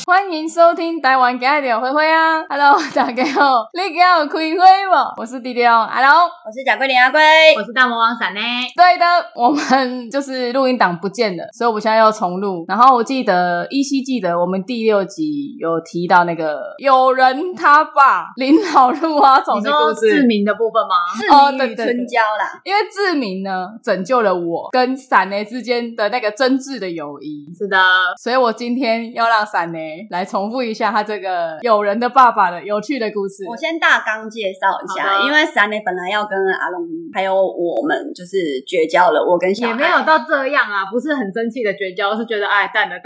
欢迎收听台湾今日灰灰啊 ！Hello， 大家好，你今有开会吗？我是迪迪哦 ，Hello， 我是贾桂林阿龟， 我是大魔王闪呢。 对的，我们就是录音档不见了，所以我们现在要重录。然后我记得我们第6集有提到那个有人他把林老入花丛的故事， 你说志明的部分吗？ 志明与春娇啦， 因为志明呢拯救了我跟闪雷之间的那个真挚的友谊， 是的， 所以我今天要让闪雷来重复一下他这个有人的爸爸的有趣的故事。 我先大纲介绍一下，因为闪雷本来要跟阿龙还有我们就是绝交了，我跟小孩也没有到这样啊，不是很生气的绝交，是觉得哎淡了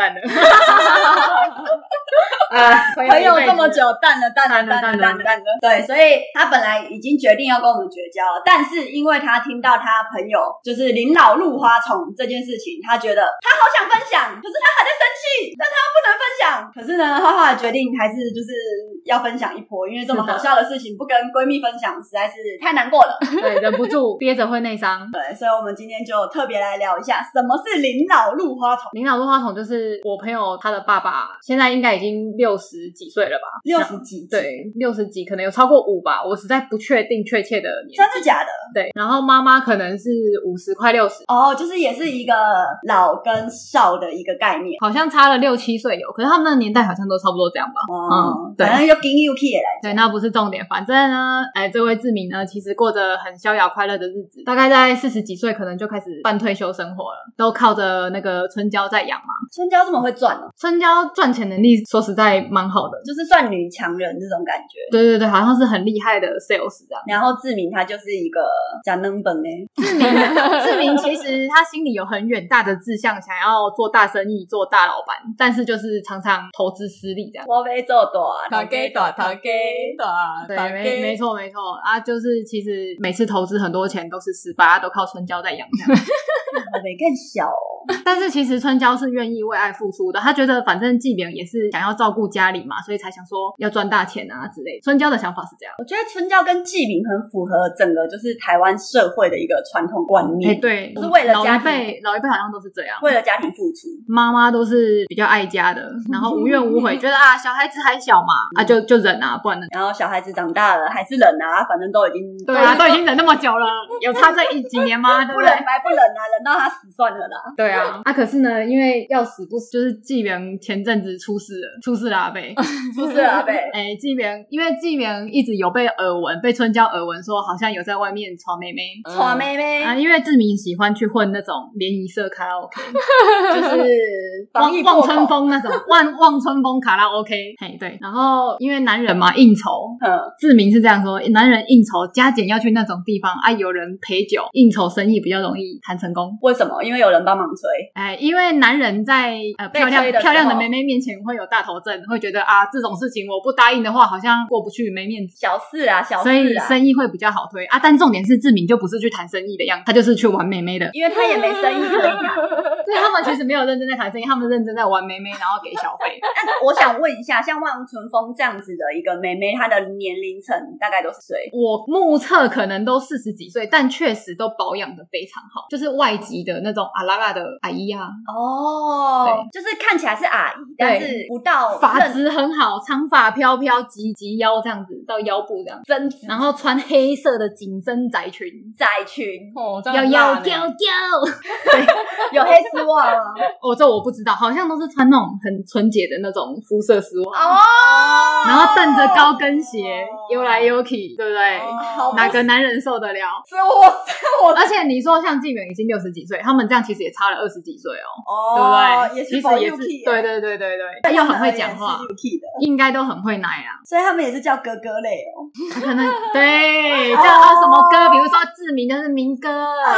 朋友这么久淡了，对，所以他本来已经决定要跟我们绝交了，但是因为他听到他朋友就是林老入花丛这件事情，他觉得他好想分享，可是他还在生气，但他不能分享。可是呢，他后来决定还是就是要分享一波，因为这么好笑的事情不跟闺蜜分享实在是太难过了。 对，忍不住憋着会内伤。 对，所以我们今天就特别来聊一下什么是林老入花丛。 林老入花丛就是我朋友他的爸爸，现在应该已经60几岁了吧 ？60几？ 对，60几，可能有超过5吧，我实在不确定确切的年纪。 真的假的？ 对，然后妈妈可能是50快60。 哦，就是也是一个老跟少的一个概念， 好像差了6、7岁有，可是他们的年代好像都差不多这样吧。 对，反正就跟 UK 来讲。 对，那不是重点，反正呢，这位志明呢，其实过着很逍遥快乐的日子，大概在40几岁可能就开始半退休生活了，都靠着那个春娇在养嘛。 春娇这么会赚哦？ 春娇赚钱能力说实在蛮好的， 就是算女强人这种感觉。 对对对，好像是很厉害的 sales 这样。 然后志明他就是一个假能本欸。 志明其实他心里有很远大的志向，想要做大生意，做大老板，但是就是常常投资失利这样。 我要做大， 他给大， 对，没错啊，就是其实每次投资很多钱都是失败，都靠春娇在养这样。 我没更小哦。 但是其实春娇是愿意为爱付出的，她觉得反正纪扁也是想要照顾家里嘛，所以才想说要赚大钱啊之类的。春娇的想法是这样， 我觉得春娇跟纪扁很符合整个就是台湾社会的一个传统观念。 对， 就是为了家庭， 老一辈好像都是这样， 为了家庭付出。 妈妈都是比较爱家的，然后无怨无悔，觉得啊小孩子还小嘛，就忍啊，不然呢。 然后小孩子长大了还是忍啊，反正都已经对啊，都已经忍那么久了，有差这几年吗？对不对？ 不忍白不忍啊，忍到他死算了啦。 对啊，可是呢，因为要死不死，就是纪扁前阵子出事了阿伯，纪扁，因为纪扁一直有被春娇耳闻说好像有在外面耍妹妹啊，因为志明喜欢去混那种联谊社卡拉 OK， 就是望春风那种望春风卡拉 OK， 嘿对，然后因为男人嘛应酬，志明是这样说，男人应酬加减要去那种地方啊，有人陪酒，应酬生意比较容易谈成功。 为什么？因为有人帮忙吹。 因为男人在漂亮的妹妹面前会有大头症，会觉得啊这种事情我不答应的话好像过不去，没面子， 小事啊， 所以生意会比较好推啊。但重点是志明就不是去谈生意的样子，他就是去玩妹妹的， 因为他也没生意可以谈。 对，他们其实没有认真在谈生意，他们认真在玩妹妹，然后给小费。 那我想问一下，像望春风这样子的一个妹妹，她的年龄层大概都是谁？ 我目测可能都40几岁，但确实都保养的非常好，就是外籍的那种阿拉拉的阿姨啊。 哦，就是看起来是阿姨，但是不到发质很好，长发飘飘，及腰这样子到腰部这样， 真然后穿黑色的紧身窄裙， 要对， 有黑丝袜吗？ 这我不知道，好像都是穿那种很纯洁的那种肤色丝袜然后蹬着高跟鞋游来游去，对不对？哪个男人受得了？ 是我， 而且你说像纪扁已经60几岁，他们这样其实也差了20几岁对不对？ 其实也是对，又很会讲话，应该都很会奶啦， 所以他们也是叫哥哥类可能对叫什么歌，比如说志明就是明哥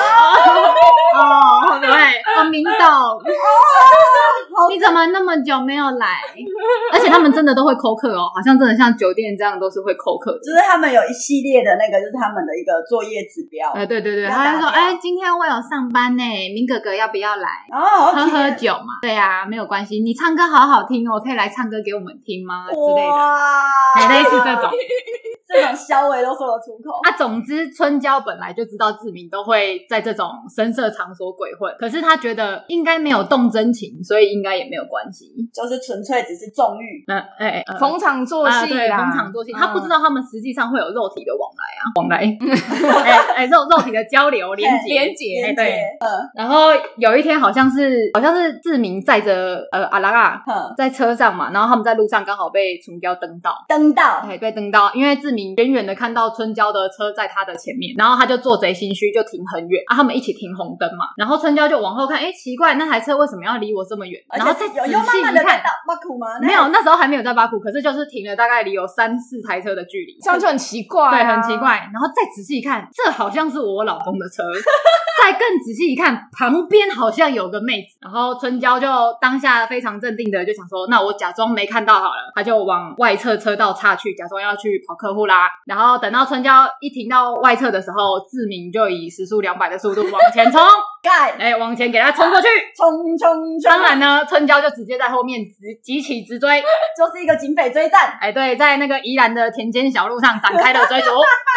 对不对？明董你怎么那么久没有来？而且他们真的都会扣客好像真的像酒店这样都是会扣客， 就是他们有一系列的那个就是他们的一个作业指标。 对，他就说今天我有上班呢，明哥哥要不要来喝酒嘛？对啊，没有关系，你唱歌好好听可以来唱歌给我们听吗？之类的，类似这种。 这种消微都说得出口啊。总之春娇本来就知道志明都会在这种声色场所鬼混，可是他觉得应该没有动真情，所以应该也没有关系， 就是纯粹只是纵欲， 逢场作戏啦， 对，逢场作戏。他不知道他们实际上会有肉体的往来，肉体的交流连结，对。然后有一天好像是志明载着阿拉拉在车上嘛，然后他们在路上刚好被春娇蹬到，对，被蹬到，因为志明远远的看到春娇的车在他的前面，然后他就做贼心虚，就停很远啊，他们一起停红灯嘛，然后春娇就往后看，奇怪，那台车为什么要离我这么远？然后再仔细一看， 巴库吗？ 没有，那时候还没有在巴库，可是就是停了大概离有3-4台车的距离， 这样就很奇怪啊， 对，很奇怪。然后再仔细一看，这好像是我老公的车。再更仔细一看，旁边好像有个妹子。然后春娇就当下非常镇定的就想说，那我假装没看到好了，他就往外侧车道插去，假装要去跑客户啦。然后等到春娇一停到外侧的时候，志明就以时速200的速度往前冲，往前给他冲过去， 冲！ 当然呢，春娇就直接在后面急起直追， 就是一个警匪追战。 对，在那个宜兰的田间小路上展开了追逐。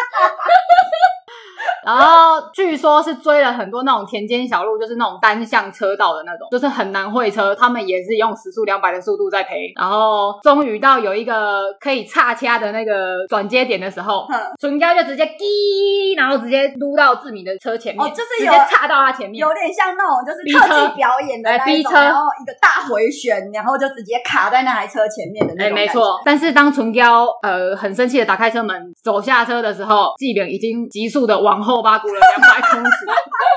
然后据说是追了很多那种田间小路，就是那种单向车道的那种，就是很难会车，他们也是用时速200的速度在陪。然后终于到有一个可以岔掐的那个转接点的时候，春娇就直接滴，然后直接撸到志明的车前面， 就是直接插到他前面， 有点像那种就是特技表演的那一种，然后一个大回旋，然后就直接卡在那台车前面的那种感觉。 没错。但是当春娇很生气的打开车门走下车的时候，纪灵已经急速的往后巴古了200公尺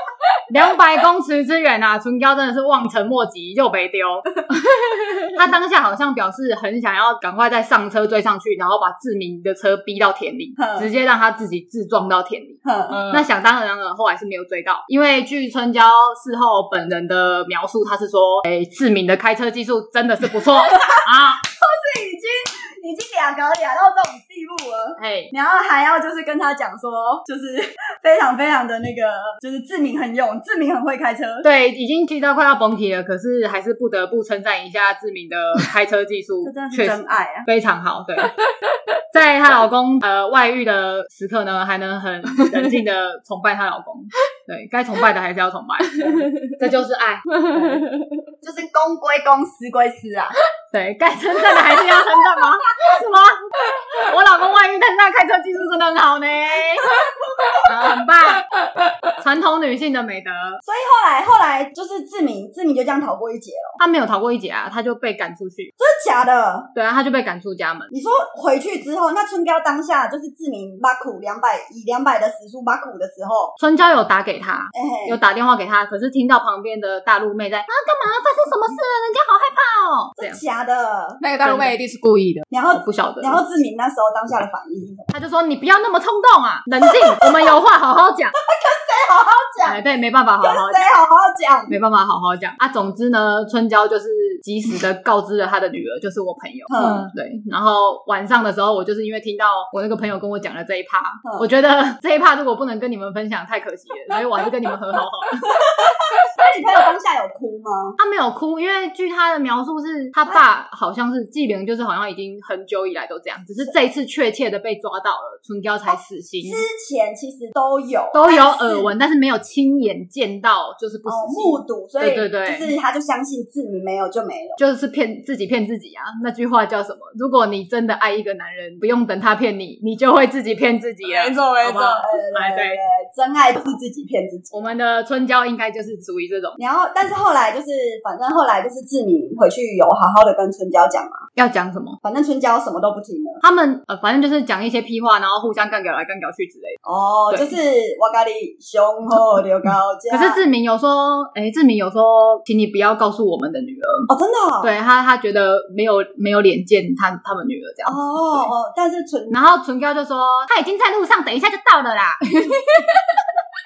，200公尺之远啊！春娇真的是望尘莫及，又没丢。他当下好像表示很想要赶快再上车追上去，然后把志明的车逼到田里，直接让他自己自撞到田里。那想当然了，后来是没有追到，因为据春娇事后本人的描述，他是说，志明的开车技术真的是不错啊， 就是已经俩搞俩到这种地步了，然后还要就是跟他讲说，就是非常非常的那个，就是志明很勇，志明很会开车， 对，已经气到快要崩体了，可是还是不得不称赞一下志明的开车技术， 这真的是真爱啊， 非常好，对。在她老公外遇的时刻呢，还能很冷静的崇拜她老公，对，该崇拜的还是要崇拜，这就是爱， 就是公归公，私归私啊。 对，该称赞的还是要称赞吗？是吗？我老公外遇，但是他开车技术真的很好呢，很棒，传统女性的美德。 所以后来就是志明就这样逃过一劫了。 他没有逃过一劫啊，他就被赶出去。 真的假的？ 对啊，他就被赶出家门。 你说回去之后，那春娇当下就是志明巴苦以200的时速巴苦的时候， 春娇有打给他，有打电话给他，可是听到旁边的大陆妹在干嘛？发生什么事了？人家好害怕哦。 真假的？ 那个大陆妹一定是故意的。 然后我不晓得。 然后志明那时候当下的反应是什么？ 他就说：“你不要那么冲动啊，冷静，我们有话好好讲。” 跟谁好好讲？ 对，没办法好好讲。 跟谁好好讲？ 没办法好好讲啊。总之呢，春娇就是及时的告知了他的女儿，就是我朋友。对。然后晚上的时候，我就是因为听到我那个朋友跟我讲了这一趴，我觉得这一趴如果不能跟你们分享，太可惜了，所以我还是跟你们和好好了。 所以你朋友当下有哭吗？ 他没有哭，因为据他的描述是他爸好像是纪灵，就是好像已经很久以来都这样，只是这一次确切的被抓到了，春娇才死心。 之前其实都有耳闻，但是没有亲眼见到，就是不死心， 目睹，所以对， 就是他就相信志明没有就没有， 就是骗自己啊。那句话叫什么？如果你真的爱一个男人，不用等他骗你，你就会自己骗自己了。 没错，对，真爱就是自己骗自己。 我们的春娇应该就是属于这种。 然后，但是后来就是，反正后来就是志明回去有好好的跟春娇讲嘛。 要讲什么？ 反正春娇什么都不听了。 他们反正就是讲一些屁话，然后互相干屌来干屌去之类的。 就是我跟你雄厚就高价。 可是志明有说，请你不要告诉我们的女儿。 真的。 对他觉得没有脸见他们女儿这样子。 但是然后春娇就说他已经在路上，等一下就到了啦。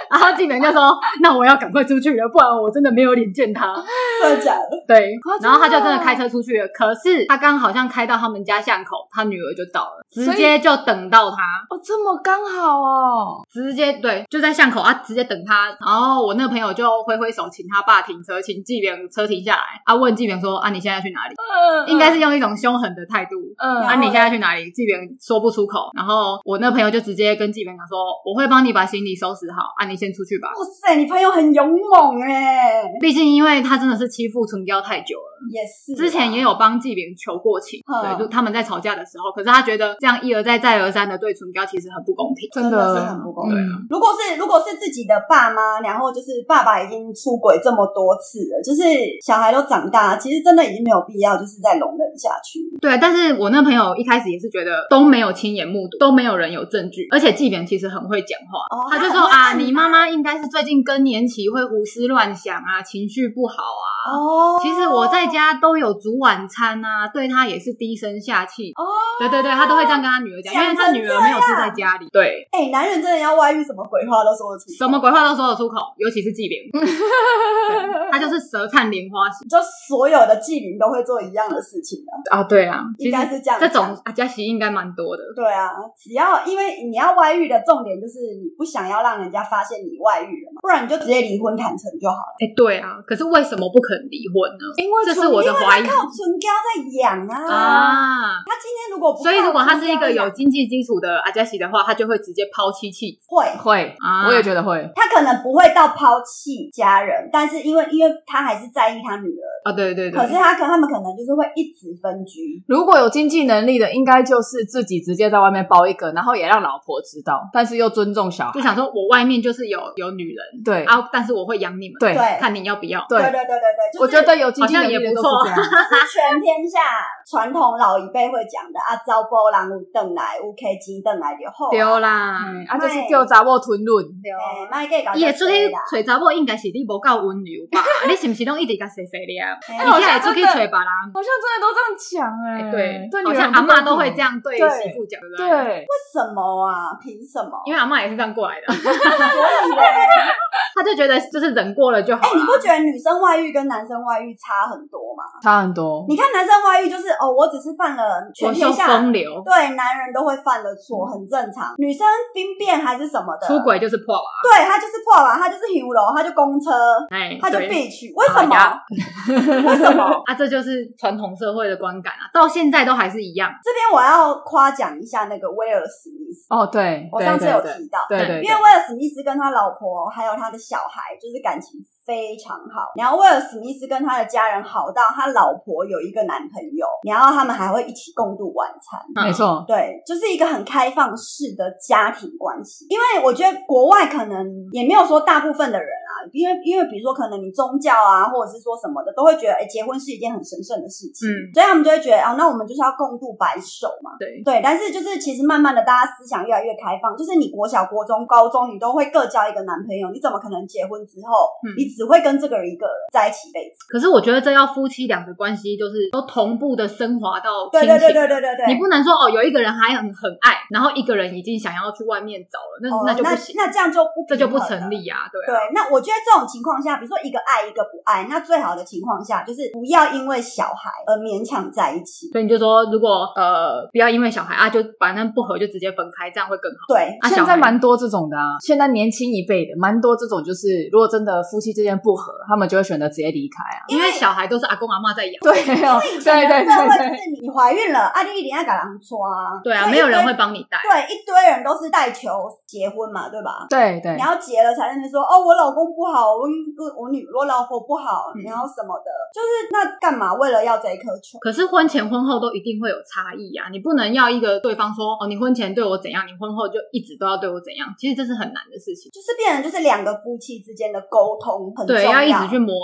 然后纪元就说那我要赶快出去了，不然我真的没有脸见他。 真的假的？ 对，然后他就真的开车出去了，可是他刚好像开到他们家巷口，他女儿就到了，直接就等到他。 这么刚好哦， 直接对，就在巷口啊，直接等他。然后我那个朋友就挥挥手，请他爸停车，请纪元车停下来啊，问纪元说啊，你现在要去哪里？应该是用一种凶狠的态度。啊，你现在要去哪里？纪元说不出口。然后我那个朋友就直接跟纪元讲说，我会帮你把行李收拾好啊，你先出去吧。 哇塞，你朋友很勇猛欸。 毕竟因为他真的是欺负唇膏太久了。 也是， 之前也有帮纪元求过情，对，就他们在吵架的时候，可是他觉得这样一而再再而三的对唇膏其实很不公平， 真的是很不公平。如果是自己的爸妈，然后就是爸爸已经出轨这么多次了，就是小孩都长大，其实真的已经没有必要就是再容忍下去。 对，但是我那朋友一开始也是觉得都没有亲眼目睹，都没有人有证据，而且纪元其实很会讲话，他就说啊，你妈妈应该是最近更年期会胡思乱想啊，情绪不好啊。其实我在家都有煮晚餐啊，对他也是低声下气。对对对，他都会这样跟他女儿讲，因为他女儿没有住在家里。对， 男人真的要外遇，什么鬼话都说得出口， 什么鬼话都说得出口，尤其是纪元，他就是舌灿莲花型， 就所有的纪灵都会做一样的事情啊。对啊， 应该是这样。 这种阿加西应该蛮多的。 对啊，只要因为你要外遇的重点就是你不想要让人家发现你外遇了嘛，不然你就直接离婚坦诚就好了。 对啊，可是为什么不肯离婚呢？ 因为这是我的怀疑。 因为他靠唇膏在养啊。他今天如果不， 所以如果他是一个有经济基础的阿加西的话，他就会直接抛弃妻子。 会啊，我也觉得会。 他可能不会到抛弃家人，但是因为他还是在意他女儿啊。对对对。 可是他们可能就是会一直分居。 如果有经济能力的，应该就是自己直接在外面包一个，然后也让老婆知道，但是又尊重小孩， 就想说我外面就是有女人， 对啊，但是我会养你们， 对， 看你要不要。 对对对对对，就是、 我觉得有经济能力也不错， 就是全天下传统老一辈会讲的啊，找某人有回来，有开钱回来就好。 对啦， 就是叫查某吞润。 卖给搞。 伊会出去找查某，应该是你无够温柔吧？你是不是拢一直甲洗洗了？你现在出去找别人， 好像真的都这样讲对， 对， 好像阿嬷都会这样对媳妇讲，对不对？ 为什么啊？凭什么？ 因为阿嬷也是这样过来的， 所以呢， 他就觉得就是忍过了就好。 你不觉得女生外遇跟男生外遇差很多吗？ 差很多。 你看男生外遇就是我只是犯了全天下风流， 对，男人都会犯的错，很正常。女生兵变还是什么的， 出轨就是破娃， 对，他就是破娃，他就是牛楼，他就公车，他就必娶。为什么？为什么啊？这就是传统社会的观感啊，到现在都还是一样。 这边我要夸奖一下那个威尔史密斯。 对， 我上次有提到， 对， 因为威尔史密斯跟他老婆还有他的小孩就是感情非常好，然后威尔史密斯跟他的家人好到他老婆有一个男朋友，然后他们还会一起共度晚餐。 没错， 对，就是一个很开放式的家庭关系。因为我觉得国外可能也没有说大部分的人啊，因为比如说可能你宗教啊，或者是说什么的，都会觉得结婚是一件很神圣的事情，所以他们就会觉得那我们就是要共度白首嘛。对，但是就是其实慢慢的大家思想越来越开放，就是你国小、国中、高中你都会各交一个男朋友，你怎么可能结婚之后你只会跟这个人一个人在一起一辈子？ 可是我觉得这要夫妻俩的关系就是都同步的升华到亲情。 对， 你不能说有一个人还很爱，然后一个人已经想要去外面找了，那就不行。 那这样就这就不成立啊。对， 那我觉得这种情况下，比如说一个爱一个不爱，那最好的情况下就是不要因为小孩而勉强在一起。 所以你就说如果不要因为小孩就反正不合就直接分开，这样会更好。 对， 现在蛮多这种的啊，现在年轻一辈的蛮多这种，就是如果真的夫妻之间不合，他们就会选择直接离开啊， 因为小孩都是阿公阿嬷在养。 对，因为以前的社会就是你怀孕了，你一定要给人抓。 对啊，没有人会帮你带。 对，一堆人都是带球结婚嘛，对吧？ 对， 你要结了才能说我老公不好，我老婆不好，然后什么的，就是那干嘛？为了要这一颗球？ 可是婚前婚后都一定会有差异啊，你不能要一个对方说你婚前对我怎样，你婚后就一直都要对我怎样，其实这是很难的事情。 就是变成就是两个夫妻之间的沟通很重要， 对，要一直去磨合。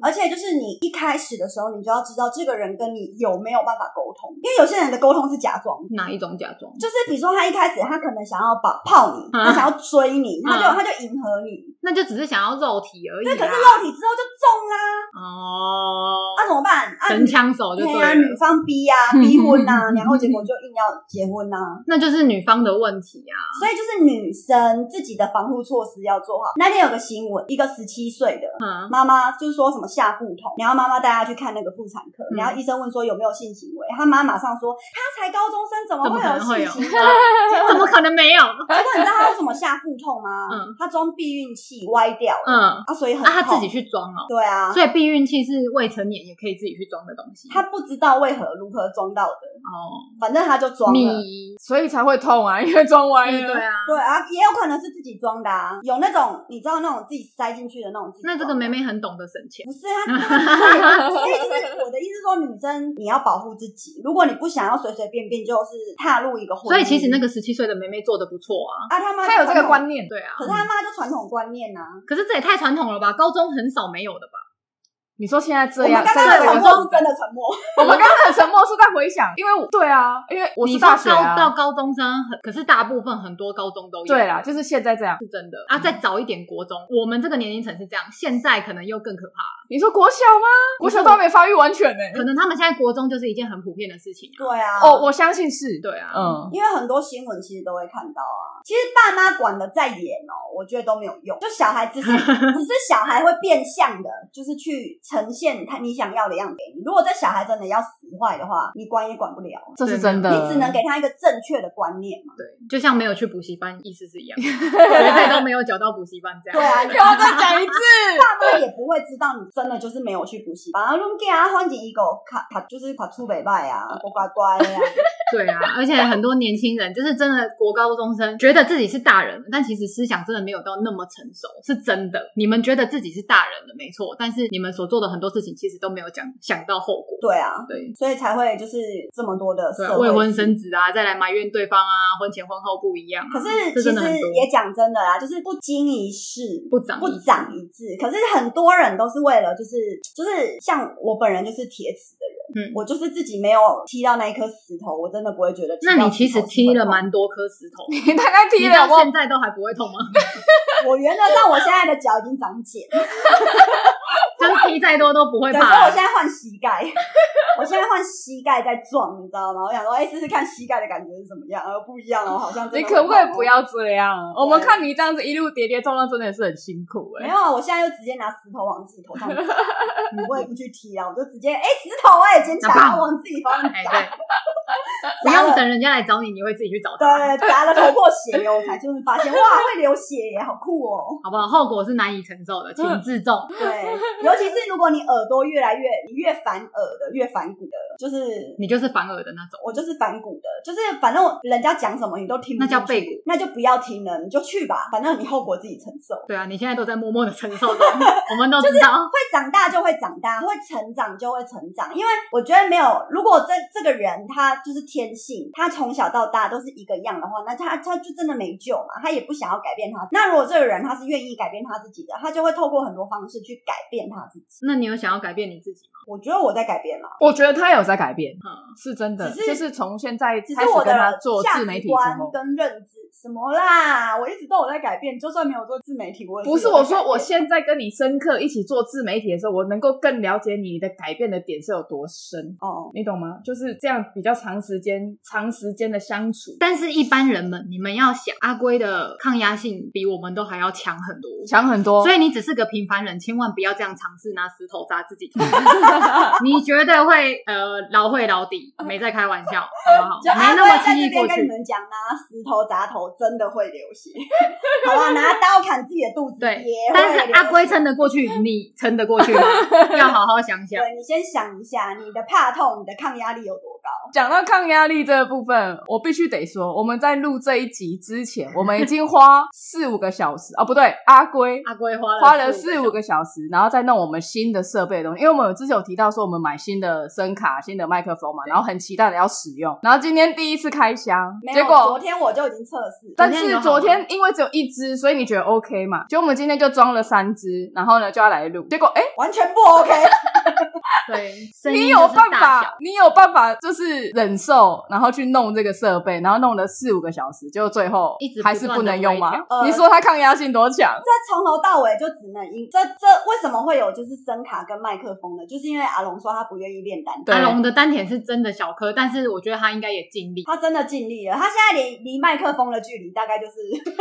而且就是你一开始的时候，你就要知道这个人跟你有没有办法沟通，因为有些人的沟通是假装。 哪一种假装？ 就是比如说他一开始他可能想要泡你，他想要追你，他就迎合你， 那就只是想要肉体而已。 对，可是肉体之后就中啦。 哦， 怎么办？ 神枪手就对了。 女方逼婚啊，然后结果就硬要结婚啊， 那就是女方的问题啊。 所以就是女生自己的防护措施要做好。那天有个新闻，一个17岁的妈妈就是说什么下腹痛，然后妈妈带她去看那个妇产科，然后医生问说有没有性行为，她妈马上说她才高中生怎么会有性行为？ 怎么可能没有？ 结果你知道她为什么下腹痛吗？她装避孕器歪掉了，所以很痛。 她自己去装哦。 对啊， 所以避孕器是未成年也可以自己去装的东西。 她不知道如何装到的反正她就装了， 所以才会痛啊，因为装歪了。 对啊，也有可能是自己装的啊，有那种你知道那种自己塞进去的那种。 那这个妹妹很懂得省钱。 不是啊，所以就是我的意思说，女生你要保护自己，如果你不想要随随便便就是踏入一个婚姻。 所以其实那个17岁的妹妹做得不错啊。 她有这个观念。 对啊。 可是她妈就传统观念啊。 可是这也太传统了吧？高中很少没有的吧？ 你说现在这样， 我们刚刚的沉默是真的沉默。 我们刚刚的沉默是在回想，因为对啊，因为我是大学到高中生可是大部分很多高中都有。 对啦，就是现在这样是真的啊。再早一点国中，我们这个年龄层是这样，现在可能又更可怕了。 你说国小吗？国小都还没发育完全可能他们现在国中就是一件很普遍的事情啊。 对啊， 我相信是。 对啊， 因为很多新闻其实都会看到啊。其实爸妈管的再严我觉得都没有用，就小孩只是小孩会变相的，就是去呈现你想要的样子给你。如果这小孩真的要死坏的话，你管也管不了， 这是真的。 你只能给他一个正确的观念嘛。 对，就像没有去补习班意思是一样的，学费都没有缴到补习班这样。 对啊， 又要再讲一次， 爸妈也不会知道你真的就是没有去补习班，你给他换进一个就是考出北拜啊，乖乖啊。 对啊，而且很多年轻人就是真的国高中生觉得自己是大人了，但其实思想真的没有到那么成熟，是真的。你们觉得自己是大人了没错，但是你们所做的很多事情其实都没有想到后果。 对啊， 对， 所以才会就是这么多的社会未婚生子啊，再来埋怨对方啊，婚前婚后不一样可是其实也讲真的啦，就是不经一事不长一智。可是很多人都是为了就是像我本人就是铁齿的人，我就是自己没有踢到那一颗石头，我真的不会觉得。 那你其实踢了蛮多颗石头， 你大概踢了， 到现在都还不会痛吗？ 我原则上我现在的脚已经长茧， 就是踢再多都不会怕。 所以我现在换膝盖，我现在换膝盖在撞，你知道吗？我想说，试试看膝盖的感觉是怎么样，不一样好像真的。 你可不可以不要这样？我们看你这样子一路跌跌撞撞，真的是很辛苦没有啊，我现在就直接拿石头往自己头上砸，我也不去踢啊，我就直接石头捡起来往自己头上砸。 不用等人家来找你，你会自己去找他。 对，砸了头破血流，我才就是发现哇，会流血耶，好酷哦！ 好不好？后果是难以承受的，请自重。 对，尤其是如果你耳朵越反耳的，越反骨的，就是你就是反耳的那种， 我就是反骨的，就是反正人家讲什么你都听不进去， 那叫背骨， 那就不要听了，你就去吧，反正你后果自己承受。 对啊，你现在都在默默的承受中，我们都知道， 会长大就会长大，会成长就会成长，因为我觉得没有，如果这个人他就是天性，他从小到大都是一个样的话，那他就真的没救嘛，他也不想要改变他。那如果这个人他是愿意改变他自己的，他就会透过很多方式去改变他自己。 那你有想要改变你自己吗？ 我觉得我在改变了， 我觉得他有在改变，是真的，就是从现在开始跟他做自媒体之后， 价值观跟认知什么啦，我一直都有在改变，就算没有做自媒体，我也不是我说我现在跟你深刻一起做自媒体的时候，我能够更了解你的改变的点是有多深你懂吗？就是这样比较长时间的相处。 但是一般人们，你们要想，阿龟的抗压性比我们都还要强很多，所以你只是个平凡人，千万不要这样尝试拿石头砸自己你绝对会老会老底，没在开玩笑，好不好？没那么轻易过去。 跟你们讲，拿石头砸头真的会流血好吧，拿刀砍自己的肚子对， 也会但是阿龟撑得过去，你撑得过去吗？要好好想想。 对，你先想一下，你的怕痛，你的抗压力有多高。 讲到抗压力这个部分，我必须得说，我们在录这一集之前，我们已经花4-5个小时不对，阿龟花了4-5个小时，然后再弄我们新的设备的东西，因为我们之前有提到说我们买新的声卡、新的麦克风嘛，然后很期待的要使用，然后今天第一次开箱，结果昨天我就已经测试， 但是昨天因为只有1支，所以你觉得 OK 嘛？结果我们今天就装了3支，然后呢就要来录，结果完全不 OK。 对， 你有办法就是忍受，然后去弄这个设备，然后弄了4-5个小时，结果最后还是不能用吗？你说它抗压性多强？ 这从头到尾就只能这为什么会有就是声卡跟麦克风呢？就是因为阿龙说他不愿意练丹田。 阿龙的丹田是真的小颗，但是我觉得他应该也尽力。 他真的尽力了，他现在离麦克风的距离大概就是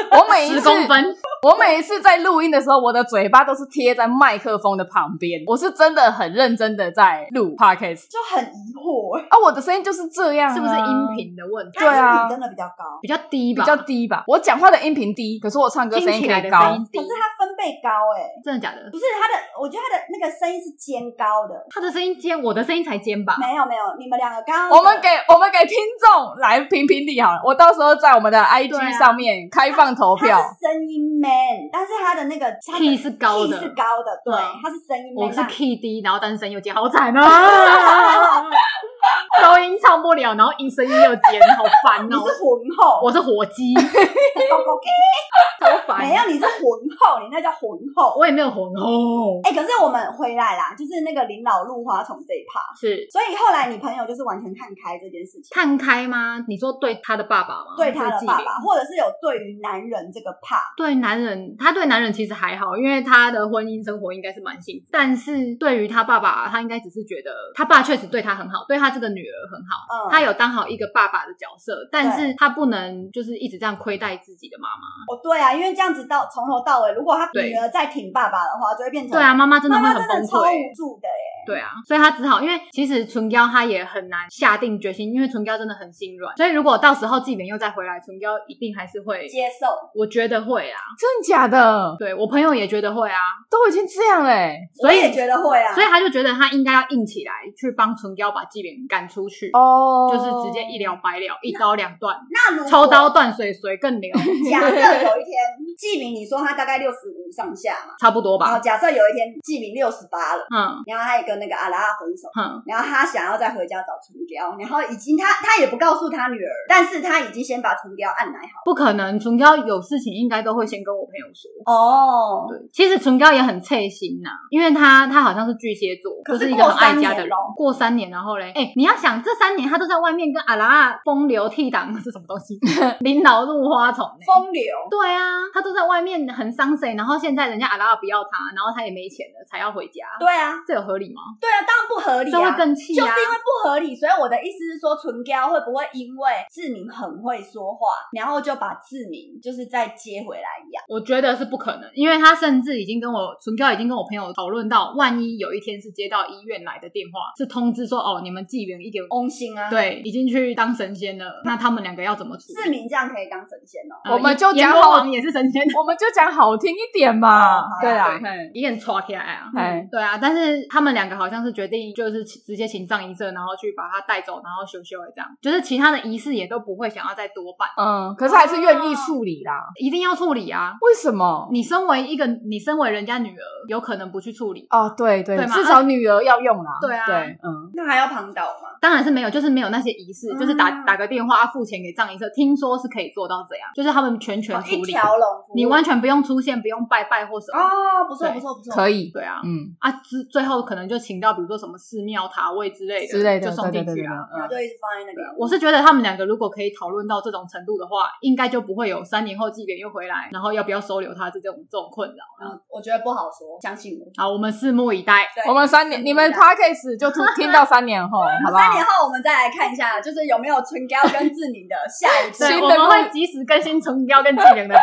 10公分。 我每一次在录音的时候，我的嘴巴都是贴在麦克风的旁边，我是真的很认真的在录 podcast， 就很疑惑我的声音就是这样是不是音频的问题？ 对啊，音频真的比较高， 比较低吧， 我讲话的音频低，可是我唱歌声音可以高， 可是他分贝高真的假的？ 不是我觉得他的那个声音是尖高的， 他的声音尖，我的声音才尖吧？ 没有，你们两个刚刚我们给听众来评理好了，我到时候在我们的 IG 上面开放投票。 他是声音 man， 但是他的那个 key 是高的， 对，他是声音 man， 我是 key 低，然后单声又尖，好惨啊！高音唱不了，然后声音又尖，好烦你是浑厚， 我是火鸡， 超烦。没有，你是浑厚，你那叫浑厚， 我也没有浑厚。 可是我们回来啦，就是那个临老入花丛这一趴， 是， 所以后来你朋友就是完全看开这件事情。 看开吗？你说对他的爸爸吗？ 对他的爸爸，或者是有对于男人这个怕？ 对男人，他对男人其实还好，因为他的婚姻生活应该是蛮幸福。但是对于他爸爸，他应该只是觉得他爸确实对他很好，对他这个女儿很好，他有当好一个爸爸的角色，但是他不能就是一直这样亏待自己的妈妈。 对啊，因为这样子从头到尾，如果他女儿再挺爸爸的话，就会变成对啊，妈妈真的会很崩溃， 妈妈真的超无助的耶。 对啊，所以他只好，因为其实唇膏他也很难下定决心，因为唇膏真的很心软，所以如果到时候纪元又再回来，唇膏一定还是会接受。 我觉得会啊。 真的假的？ 对，我朋友也觉得会啊， 都已经这样了所以也觉得会啊， 所以他就觉得他应该要硬起来去帮唇膏把纪元赶出去就是直接一了百了，一刀两断。 那如果抽刀断水，水更流。 假设有一天纪明你说他大概65上下嘛， 差不多吧。 然后假设有一天纪明68了，然后他也跟那个阿拉分手，然后他想要再回家找唇膏，然后已经他也不告诉他女儿，但是他已经先把唇膏按奶好。 不可能，唇膏有事情应该都会先跟我朋友说。 对， 其实唇膏也很脆心呐，因为他好像是巨蟹座，就是一个很爱家的人。过3年，然后嘞，你要想这3年他都在外面跟阿拉风流倜傥是什么东西？临老入花丛风流。 对啊，他都在外面很伤谁，然后现在人家阿拉不要他，然后他也没钱了才要回家。 对啊， 这有合理吗？ 对啊，当然不合理啊， 这会更气啊， 就是因为不合理，所以我的意思是说，唇膏会不会因为志明很会说话，然后就把志明就是再接回来一样？ 我觉得是不可能，因为他甚至唇膏已经跟我朋友讨论到，万一有一天是接到医院来的电话，是通知说你们纪元一个翁星啊， 对，已经去当神仙了，那他们2个要怎么处理？ 志明这样可以当神仙我们就讲好也是神仙， 我们就讲好听一点嘛。对啊， 一人抓起来啊，对啊，但是他们2个好像是决定就是直接请葬仪社，然后去把他带走，然后修这样，就是其他的仪式也都不会想要再多办。 可是还是愿意处理啦， 一定要处理啊。 为什么？ 你身为人家女儿，有可能不去处理对，至少女儿要用啦。 对啊， 对， 那还要旁导吗？ 当然是没有，就是没有那些仪式，就是打个电话付钱给葬仪社，听说是可以做到这样，就是他们全处理， 一条龙， 你完全不用出现，不用拜或什么。 不错， 可以，对啊，最后可能就请到比如说什么寺庙塔位之类的就送进去啊， 然后就一直放在那里。 我是觉得他们2个如果可以讨论到这种程度的话，应该就不会有3年后纪元又回来，然后要不要收留他这种困扰。 我觉得不好说，相信我。 好，我们拭目以待。 我们3年，你们 podcast 就听到3年后，好不好？3 年后我们再来看一下，就是有没有唇膏跟志明的下一次。 我们会及时更新唇膏跟纪元的动态。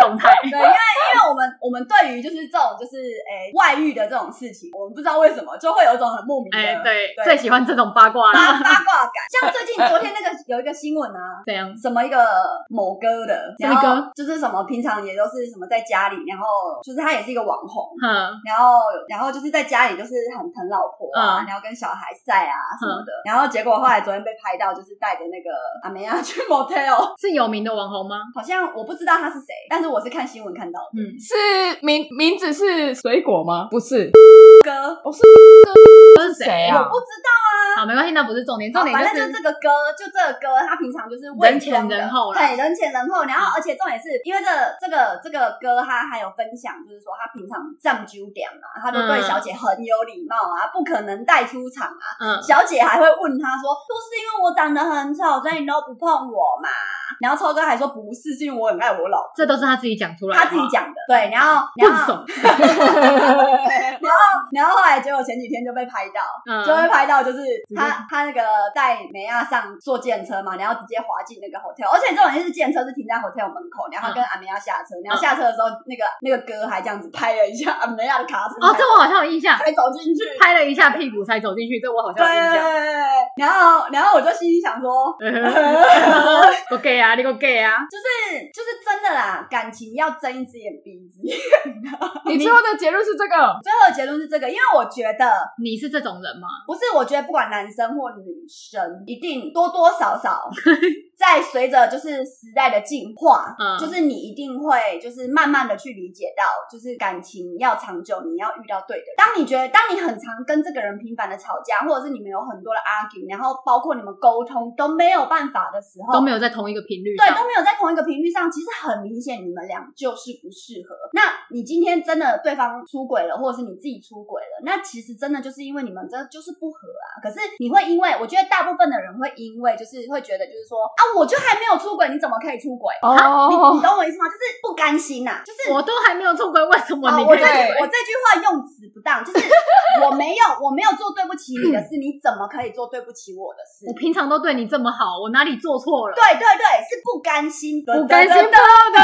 对，因为我们对于就是这种就是外遇的这种事情，我们不知道为什么就会有一种很莫名的对，最喜欢这种八卦八卦感。像最近昨天那个有一个新闻啊， 怎样？ 什么一个某歌的，然后就是什么平常也都是什么在家里，然后就是他也是一个网红，然后就是在家里就是很疼老婆啊，然后跟小孩晒啊什么的，然后结果后来昨天被拍到就是带着那个阿梅亚去 motel， 是有名的网红吗？ 好像我不知道他是谁，但是我是看新闻看到的。 是名字是水果吗？不是歌， 是歌是谁啊？ 我不知道啊。 好，没关系，那不是重点，重点反正就这个歌，他平常就是人前人后啦， 对，人前人后。然后而且重点是因为这个歌，他还有分享，就是说他平常占酒点嘛，他就对小姐很有礼貌啊，不可能带出场啊。小姐还会问他说，都是因为我长得很丑，所以你都不碰我嘛？然后超哥还说不是，是因为我很爱我老婆。 这都是他自己讲出来的， 他自己讲的。对，然后然后后来结果前几天就被拍到，就会拍到就是他那个带梅亚上坐计程车嘛，然后直接滑进那个 hotel， 而且这种是计程车是停在 hotel 门口，然后他跟阿梅亚下车，然后下车的时候那个哥还这样子拍了一下阿梅亚的卡车， 这我好像有印象， 才走进去， 拍了一下屁股才走进去，这我好像有印象。 对，然后我就心里想说， 我 gay 啊，你个 gay 啊， 就是真的啦，感情要睁一只眼闭一只眼。 你最后的结论是这个？ 最后的结论是这个，因为我觉得你是这种人吗？ 不是，我觉得不管男生或女生，一定多多少少在随着就是时代的进化，就是你一定会就是慢慢的去理解到，就是感情要长久，你要遇到对的人。当你很常跟这个人频繁的吵架，或者是你们有很多的 argue， 然后包括你们沟通都没有办法的时候， 都没有在同一个频率上， 对，都没有在同一个频率上，其实很明显你们俩就是不适合。那你今天真的对方出轨了，或者是你自己出轨了，那其实真的就是因为你们真的就是不合啊。可是你会因为，我觉得大部分的人会因为就是会觉得就是说啊，我就还没有出轨，你怎么可以出轨？你懂我意思吗？就是不甘心呐，就是我都还没有出轨，为什么你可以？我这句话用词不当，就是我没有做对不起你的事，你怎么可以做对不起我的事？ 我平常都对你这么好，我哪里做错了？ 对，是不甘心， 不甘心的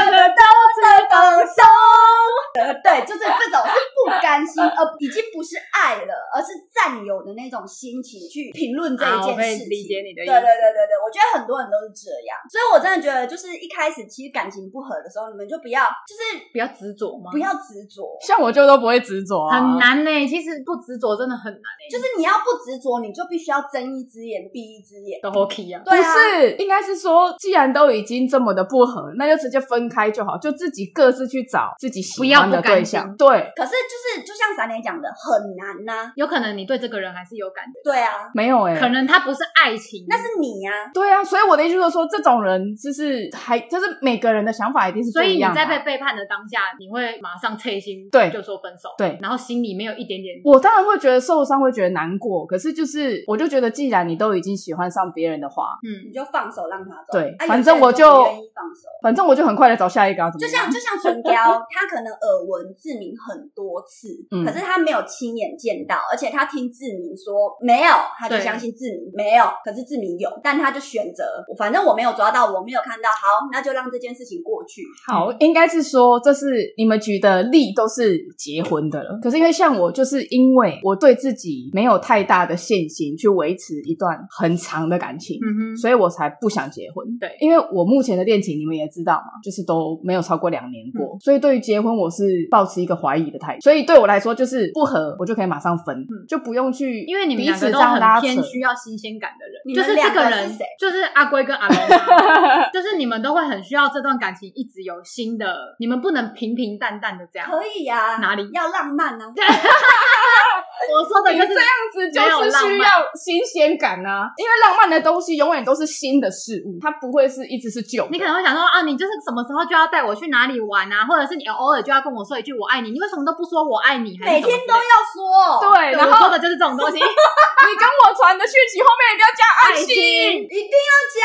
对，就是这种是不甘心，已经不是爱了，而是占有的那种心情去评论这一件事情。 理解你的意思。 对，我觉得很多人都是这样，所以我真的觉得，就是一开始其实感情不合的时候，你们就不要执着吗？ 不要执着， 像我就都不会执着啊， 很难欸。其实不执着真的很难欸， 就是你要不执着，你就必须要睁一只眼闭一只眼， 都 OK 啊。 对啊，不是，应该是说，既然都已经这么的不合，那就直接分开就好，就自己各自去找自己喜欢的对象。对， 可是就像闪磊讲的，很难呐。 有可能你对这个人还是有感觉。 对啊， 没有可能他不是爱情， 那是你啊。 对啊，所以我的意思就是说，这种人就是每个人的想法一定是不一样的。 所以你在被背叛的当下，你会马上脆心， 对， 就说分手， 对， 然后心里没有一点点。 我当然会觉得受伤，会觉得难过，可是我就觉得，既然你都已经喜欢上别人的话， 你就放手让他走。 对，反正我就愿意放手， 反正我就很快的找下一个。 就像唇雕，他可能耳闻志明很多次，可是他没有亲眼见到，而且他听志明说没有，他就相信志明没有，可是志明有，但他就选择，反正我没有抓到，我没有看到，好，那就让这件事情过去。 好，应该是说这是你们举的例都是结婚的了，可是因为像我，就是因为我对自己没有太大的信心去维持一段很长的感情，所以我才不想结婚。 对， 因为我目前的恋情你们也知道嘛，就是都没有超过2年过，所以对于结婚我是抱持一个怀疑的态度，所以对我来说就是不合我就可以马上分，就不用去， 因为你们两个都很偏需要新鲜感的人，就是这个人就是阿龟跟阿龙啊就是你们都会很需要这段感情一直有新的，你们不能平平淡淡的这样。 可以啊， 哪里要浪漫啊我说的就是这样子，就是需要新鲜感啊！因为浪漫的东西永远都是新的事物，它不会是一直是旧的。 你可能会想说啊，你就是什么时候就要带我去哪里玩啊，或者是你偶尔就要跟我说一句我爱你，你为什么都不说我爱你？ 每天都要说。 对，然后我说的就是这种东西。 你跟我传的讯息后面一定要加爱心， 一定要加。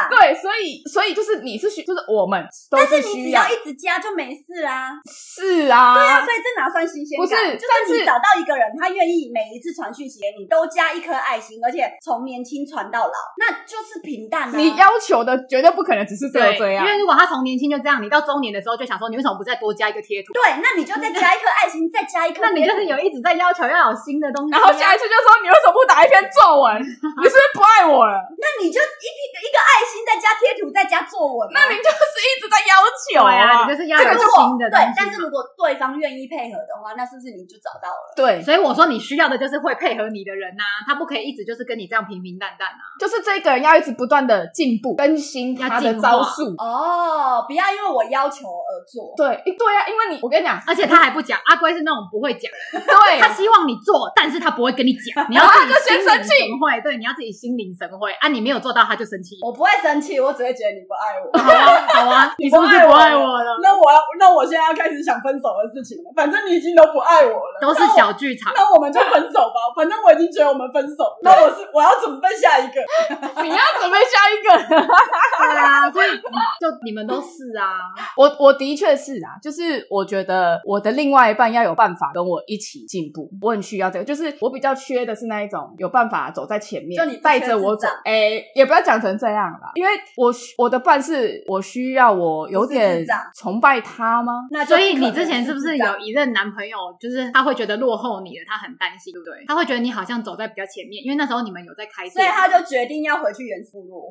对，所以就是你是就是我们都是需要， 但是你只要一直加就没事啦。 是啊， 对啊，所以这哪算新鲜感？ 不是， 就是你找到一个人，他愿意每一次传讯息给你都加一颗爱心，而且从年轻传到老，那就是平淡啊。 你要求的绝对不可能只是这样， 因为如果他从年轻就这样，你到中年的时候就想说，你为什么不再多加一个贴图？ 对，那你就再加一颗爱心，再加一颗贴图。 那你就是有一直在要求要有新的东西， 然后下一次就说你为什么不打一篇作文？你是不是不爱我了？ 那你就一个爱心，再加贴图，再加作文。 那你就是一直在要求啊，你就是要有新的东西。 对，但是如果对方愿意配合的话，那是不是你就找到了？ 对， 所以我说你需要的就是会配合你的人啊，他不可以一直就是跟你这样平平淡淡啊， 就是这个人要一直不断的进步更新他的招数哦，不要因为我要求而做。 对啊，因为我跟你讲， 而且他还不讲，阿龟是那种不会讲， 对， 他希望你做，但是他不会跟你讲，你要自己心领神会，对，你要自己心领神会啊，你没有做到他就生气。 我不会生气，我只会觉得你不爱我。 好啊，你是不是不爱我了？ 那我现在要开始想分手的事情了。反正你已经都不爱我了， 都是小剧场。 那我们就分手吧。反正我已经觉得我们分手，那我要准备下一个。 你要准备下一个。 对啊，所以就你们都是啊。 我的确是啊，就是我觉得我的另外一半要有办法跟我一起进步，我很需要这个。就是我比较缺的是那一种有办法走在前面， 就你带着我走。也不要讲成这样啦，因为我的伴是我需要我有点崇拜他吗？ 所以你之前是不是有一任男朋友，就是他会觉得落后你了，他很担心，对不对？他会觉得你好像走在比较前面，因为那时候你们有在开店， 所以他就决定要回去原部落。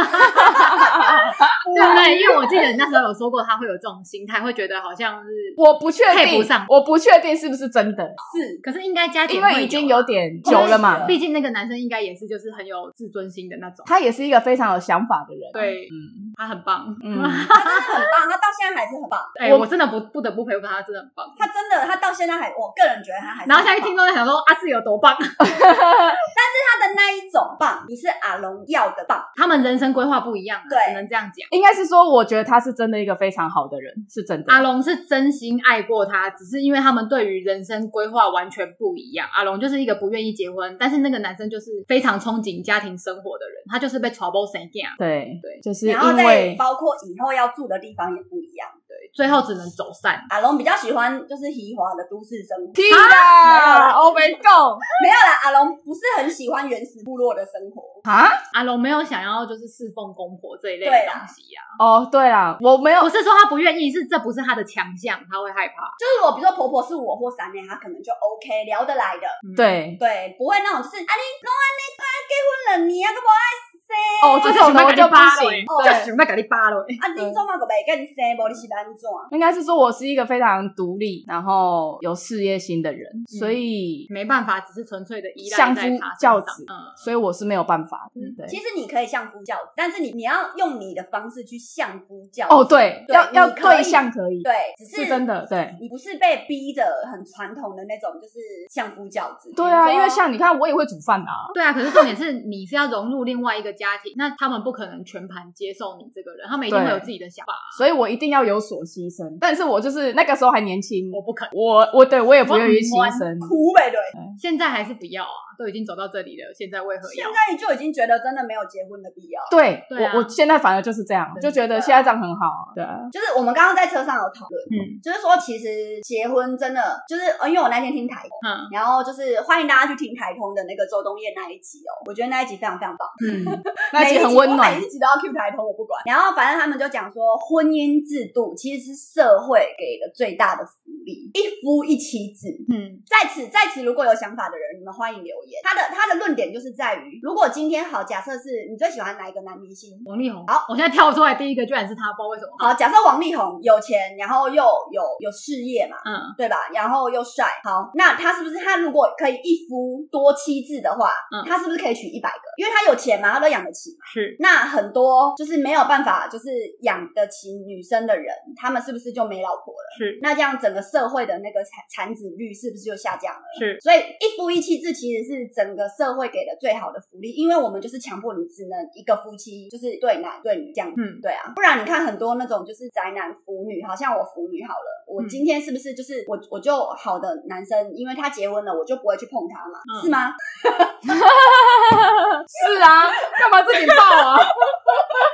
对不对？因为我记得你那时候有说过他会有这种心态，会觉得好像是我不确定配不上， 我不确定是不是真的是， 可是应该加减因为已经有点久了嘛， 毕竟那个男生应该也是就是很有自尊心的那种， 他也是一个非常有想法的人。 对，他很棒， 他真的很棒，他到现在还是很棒。 我真的不得不佩服他真的很棒。 他到现在我个人觉得他还是很棒。 然后现在听众在想说阿四有多棒， 但是他的那一种棒不是阿龙要的棒， 他们人生规划不一样， 对， 只能这样讲。 应该是说，我觉得他是真的一个非常好的人，是真的。 阿龙是真心爱过他，只是因为他们对于人生规划完全不一样。阿龙就是一个不愿意结婚，但是那个男生就是非常憧憬家庭生活的人，他就是被娶某生囝。 对，就是然后再包括以后要住的地方也不一样。 对，最后只能走散。 阿龙比较喜欢就是豪华的都市生活。 屁啦，我没够。 没有啦，阿龙不是很喜欢原始部落的生活啊。 阿龙没有想要就是侍奉公婆这一类的东西啊。 哦，对啦，我没有， 不是说他不愿意，是这不是他的强项，他会害怕。 就是我比如说婆婆是我或三年，他可能就 OK 聊得来的。 对， 不会那种就是你弄完你结婚了，你都不爱哦，这种的我就不行， 就想要给你扒了。 你做嘛个袂跟你生，无你是安怎？ 应该是说我是一个非常独立，然后有事业心的人，所以没办法，只是纯粹的依赖相夫教子。所以我是没有办法的。对， 其实你可以相夫教子，但是你要用你的方式去相夫教子。 哦，对，要对象可以， 对，只是真的，对， 你不是被逼着很传统的那种，就是相夫教子。 对啊，因为像你看，我也会煮饭啊。 对啊，可是重点是你是要融入另外一个家庭，那他们不可能全盘接受你这个人，他们一定会有自己的想法， 所以我一定要有所牺牲。但是我就是那个时候还年轻， 我不肯， 我也不愿意牺牲， 苦呗，对。 现在还是不要啊，都已经走到这里了，现在为何要？ 现在就已经觉得真的没有结婚的必要。 对，我现在反而就是这样，就觉得现在这样很好。对啊， 就是我们刚刚在车上有讨论，就是说其实结婚真的就是，因为我那天听台通，然后就是欢迎大家去听台通的那个周东燕那一集哦，我觉得那一集非常非常棒， 那一集很温暖， 每一集都要 cue 台通，我不管。然后反正他们就讲说，婚姻制度其实是社会给的最大的福利，一夫一妻制。在此如果有想法的人，你们欢迎留言。他的论点就是在于，如果今天好，假设是你最喜欢哪一个男明星？ 王力宏。 好， 我现在跳出来第一个居然是他，不知道为什么。 好，假设王力宏有钱，然后又有事业嘛，对吧？然后又帅。好，那他是不是他如果可以一夫多妻制的话，他是不是可以娶100个？因为他有钱嘛，他都养得起嘛。 是。 那很多就是没有办法就是养得起女生的人，他们是不是就没老婆了？ 是。 那这样整个社会的那个产子率是不是就下降了？ 是。 所以一夫一妻制其实是整个社会给的最好的福利，因为我们就是强迫你只能一个夫妻，就是对男对女这样。对啊，不然你看很多那种就是宅男腐女，好像我腐女好了，我今天是不是就是我就好的男生，因为他结婚了，我就不会去碰他嘛，是吗？ 是啊，干嘛自己爆啊？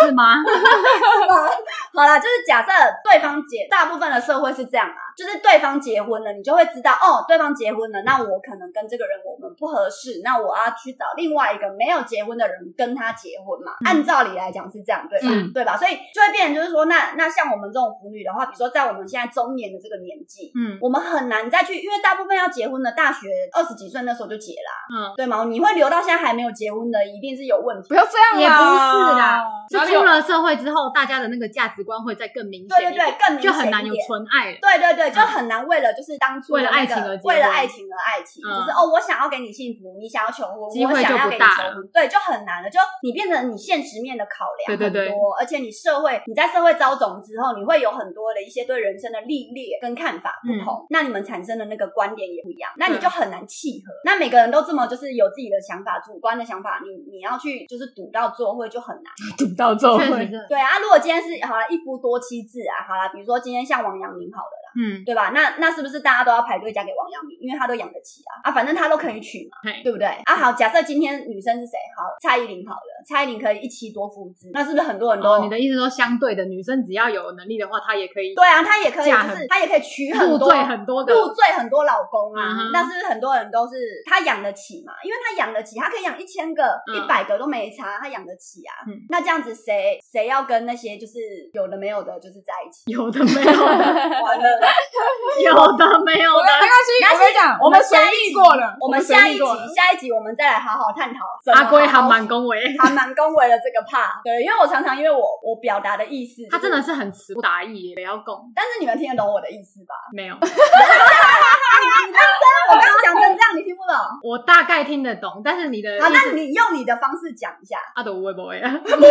是吗？ 是吗？好啦，就是假设对方大部分的社会是这样啊，就是对方结婚了，你就会知道哦，对方结婚了，那我可能跟这个人我们不合适，那我要去找另外一个没有结婚的人跟他结婚嘛。按照理来讲是这样，对吧？对吧？所以就会变成就是说，那像我们这种腐女的话，比如说在我们现在中年的这个年纪，我们很难再去，因为大部分要结婚的大学20几岁那时候就结啦，对吗？你会留到现在还没有结婚的，一定是有问题。 不要这样啦， 也不是啦，是出了社会之后，大家的那个价值观会再更明显一点， 对，更明显一点， 就很难有纯爱了。 对，就很难为了就是当初为了爱情而结婚， 为了爱情而爱情，就是我想要给你幸福，你想要求婚， 机会就不大了， 我想要给你求婚，对，就很难了。就你变成你现实面的考量很多，而且你在社会遭种之后，你会有很多的一些对人生的历练跟看法不同，那你们产生的那个观点也不一样，那你就很难契合。那每个人都这么就是有自己的想法，主观的想法，你要去就是赌到做会就很难。 赌到做会， 对啊。如果今天是好了一夫多妻制啊，好了，比如说今天像王阳明好了啦，对吧？那是不是大家都要排队嫁给王阳明？因为他都养得起啊，反正他都可以娶嘛，对不对？啊，好，假设今天女生是谁？好，蔡依林好了，蔡依林可以一妻多夫制，那是不是很多人都？ 你的意思说相对的女生只要有能力的话，她也可以？ 对啊，她也可以，就是她也可以娶很多入赘很多老公啊。那是不是很多人都是她养得起嘛？因为她养得起，她可以养1000个、100个都没差，她养得起啊。那这样子谁要跟那些就是有的没有的，就是在一起？ 有的没有的， 完了， 有的没有的， 没关系。我跟你讲，我们随意过了。 我们下一集我们再来好好探讨阿龟还蛮恭维的这个怕。对，因为我常常因为我表达的意思， 他真的是很词不达意，不要讲。 但是你们听得懂我的意思吧？ 没有。 你认真，我刚刚讲成这样，你听不懂？ 我大概听得懂，但是你的好，那你用你的方式讲一下。 都有的没的啊，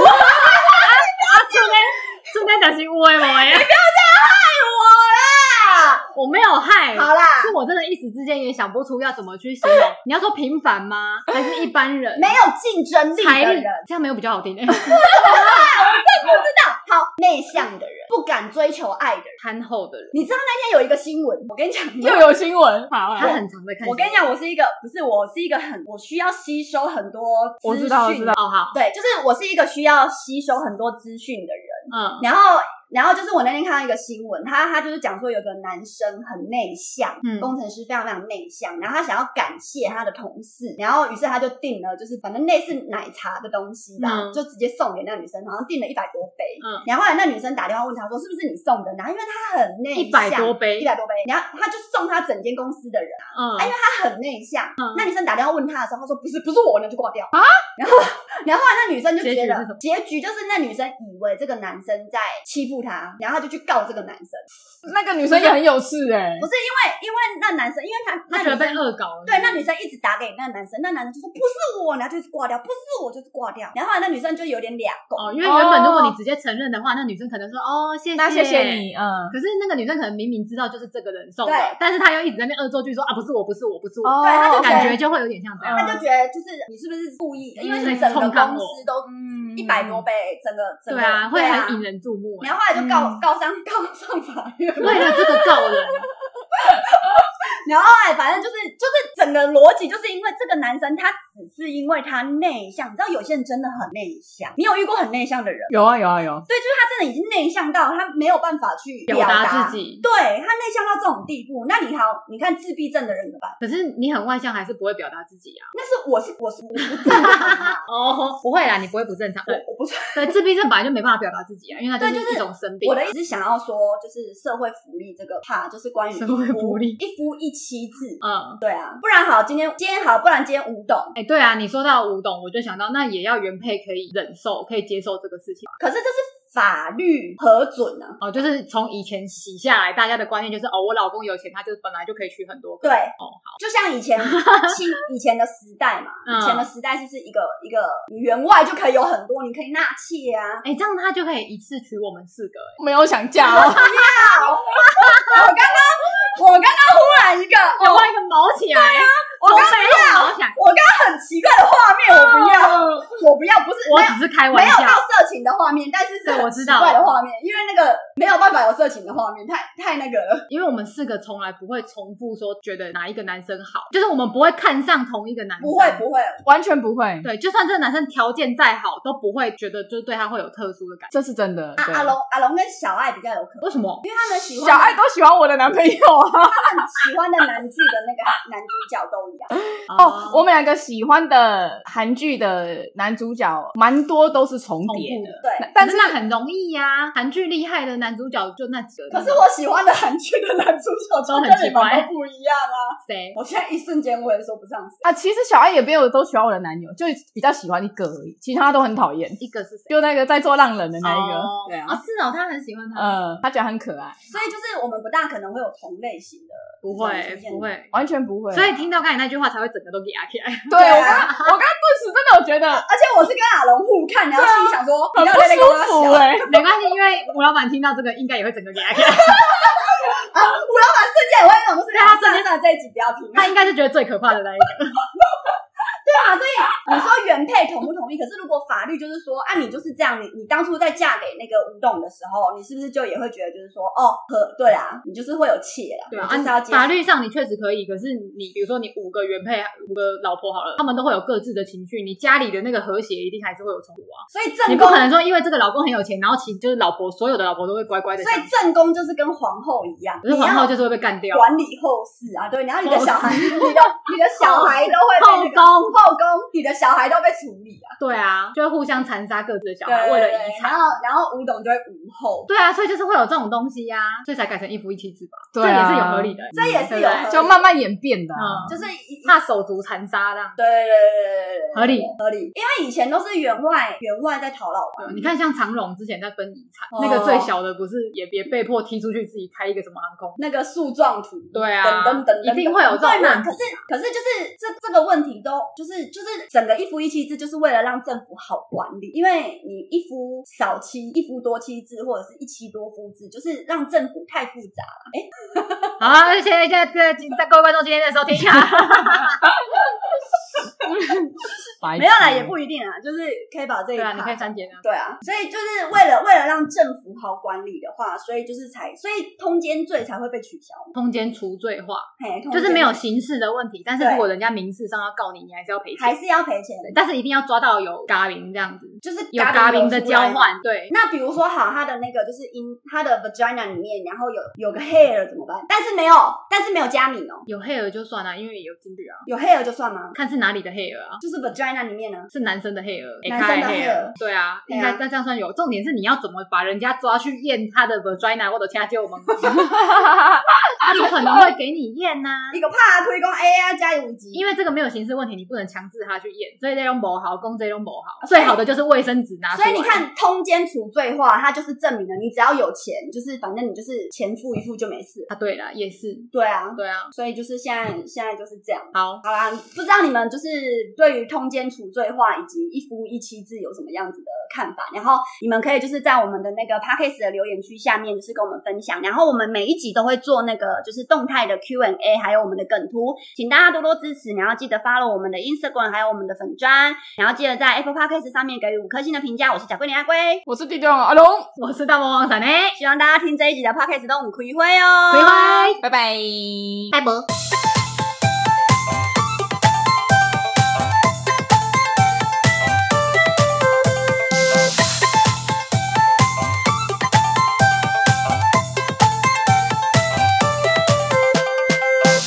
这就是有的没的。 你不要这样害我啦！ 我没有害， 好啦， 是我真的一时之间也想不出要怎么去形容。你要说平凡吗？还是一般人？ 没有竞争力的人， 这样没有比较好听。 我真不知道。好，内向的人，不敢追求爱的人， 憨厚的人。 你知道那天有一个新闻，我跟你讲， 又有新闻。好， 他很常在看。 我跟你讲，我是一个我需要吸收很多资讯。 我知道。 哦，好，对，就是我是一个需要吸收很多资讯的人。然后就是我那天看到一个新闻，他就是讲说有个男生很内向，工程师非常非常内向，然后他想要感谢他的同事，然后于是他就订了就是反正类似奶茶的东西吧，就直接送给那个女生，好像订了100多杯。然后后来那女生打电话问他说是不是你送的，然后因为他很内向 ，100多杯， 然后他就送他整间公司的人因为他很内向，那女生打电话问他的时候，他说不是我呢，就挂掉啊。然后后来那女生就觉得结局就是那女生以为这个男生在欺负他，然后他就去告这个男生。 那个女生也很有事不是因为那男生，因为他觉得被恶搞了， 对，那女生一直打给那男生，那男生就说不是我，然后就是挂掉，不是我就是挂掉。然后后来那女生就有点俩拱因为原本如果你直接承认的话，那女生可能说谢谢， 那谢谢你， 可是那个女生可能明明知道就是这个人送的，但是她又一直在那边恶作剧说不是我， 对，她就感觉就会有点像这样， 她就觉得就是你是不是故意，因为整个公司都100多杯，整个对啊，会很引人注目。 然后后来就告上法院， 为了这个告人。 然后后来反正就是整个逻辑，就是因为这个男生他只是因为他内向，你知道有些人真的很内向，你有遇过很内向的人？ 有啊。 对，就是他真的已经内向到他没有办法去表达自己， 对，他内向到这种地步。那你看自闭症的人怎么办？ 可是你很外向还是不会表达自己啊？ 那是我不正常啊。 不会啦，你不会不正常。 我不对，自闭症本来就没办法表达自己啊，因为它就是一种生病。 我的意思是想要说，就是社会福利这个怕，就是关于社会福利一夫一妻制。对啊，不然好，今天好，不然今天吴董。 对啊，你说到吴董，我就想到那也要原配可以忍受，可以接受这个事情。 可是这是法律核准啊。 就是从以前洗下来，大家的观念就是我老公有钱，他就本来就可以娶很多个。 对， 好， 就像以前的时代嘛，以前的时代是一个员外就可以有很多，你可以纳妾啊。 这样他就可以一次娶我们4个。 没有想嫁我刚刚忽然一个另外一个毛起来我刚很奇怪的画面，我不要，不是， 我只是开玩笑， 没有到色情的画面，但是是很奇怪的画面，因为那个没有办法有色情的画面，太那个了。 因为我们4个从来不会重复说觉得哪一个男生好，就是我们不会看上同一个男生， 不会， 完全不会。 对，就算这个男生条件再好，都不会觉得就对他会有特殊的感觉， 这是真的。 阿龙跟小爱比较有可能， 为什么？ 因为他们喜欢小爱都喜欢我的男朋友啊， 他们喜欢的男剧的那个男主角都一样。 我们2个喜欢的韩剧的男主角蛮多都是重叠的， 对， 但是那很容易呀，韩剧厉害的男主角就那几个。 可是我喜欢的韩剧的男主角都很奇怪， 都不一样啊。 谁？ 我现在一瞬间我也说不上谁啊。其实小爱也没有都喜欢我的男友，就比较喜欢一个而已，其他都很讨厌。 一个是谁？ 就那个在做浪人的那一个。 对啊，是哦，他很喜欢他。 他觉得很可爱， 所以就是我们不大可能会有同类型的， 不会， 完全不会。 所以听到刚才那句话才会整个都压起来。 对，我刚顿时真的有觉得， 而且我是跟阿龙互看，然后心里想说很不舒服没关系，因为吴老板听到这个应该也会整个压起来。 吴老板瞬间也会那种，就是他瞬间的这一集不要听， 他应该是觉得最可怕的那一个。 对啊，所以你说原配同不同意？可是如果法律就是说啊，你就是这样，你当初在嫁给那个吴董的时候，你是不是就也会觉得就是说对啊，你就是会有妾啦， 对啊， 就是要法律上你确实可以，可是你比如说你5个原配5个老婆好了，他们都会有各自的情绪，你家里的那个和谐一定还是会有冲突啊。 所以你不可能说因为这个老公很有钱，然后就是所有的老婆都会乖乖的。 所以正宫就是跟皇后一样， 可是皇后就是会被干掉， 管理后事啊，对，然后你的小孩，你的小孩都会被后宫，你的小孩都被处理啊， 对啊，就会互相残杀各自的小孩，为了遗产， 然后吴董就会无后， 对啊，所以就是会有这种东西呀，所以才改成一夫一妻制吧， 对啊， 这也是有合理的， 这也是有合理， 就慢慢演变的， 就是怕手足残杀这样， 对， 合理， 因为以前都是员外在讨老婆， 你看像长荣之前在分遗产，那个最小的不是也被迫踢出去自己开一个什么航空， 那个树状图， 对啊， 等， 一定会有这种问题， 可是就是这个问题都就是整个一夫一妻制就是为了让政府好管理，因为你一夫少妻、一夫多妻制或者是一妻多夫制，就是让政府太复杂了。 好，谢谢各位观众今天的收听没有啦，也不一定啦，就是可以把这一趴， 对啊，你可以删减啊。 对啊，所以就是为了让政府好管理的话，所以通奸罪才会被取消， 通奸除罪化，就是没有刑事的问题，但是如果人家民事上要告你，你还是要赔钱， 还是要赔钱， 但是一定要抓到有嘎名这样子， 就是有嘎名的交换。对， 那比如说好，他的那个就是他的 vagina 里面，然后有个 hair 怎么办？但是没有加名哦， 有 hair 就算了，因为有进去啊， 有 hair 就算吗？ 看是哪里的 hair 啊， 就是 vagina 里面呢， 是男生的 hair， 男生的 hair， 对啊，应该那这样算有。重点是你要怎么把人家抓去验他的 vagina 或者掐救我们，他不可能会给你验呐， 一个怕推讲加油机， 因为这个没有刑事问题，你不能强制他去验，所以这种不好，公这种不好，最好的就是卫生纸拿出来。 所以你看通奸除罪化，它就是证明了你只要有钱，就是反正你就是钱付一付就没事啊。对啦，也是， 对啊，所以就是现在就是这样。好啦，不知道你们就是对于通奸除罪化以及一夫一妻制有什么样子的看法？然后你们可以就是在我们的那个 Podcast 的留言区下面就是跟我们分享。然后我们每一集都会做那个就是动态的 Q&A， 还有我们的梗图，请大家多多支持。然后记得 follow 我们的 Instagram， 还有我们的粉专，然后记得在 Apple Podcast 上面给予5颗星的评价。我是贾桂林阿龟， 我是弟弟阿龙， 我是大魔王闪内， 希望大家听这一集的 Podcast 都很开心哦， 拜拜， 拜拜。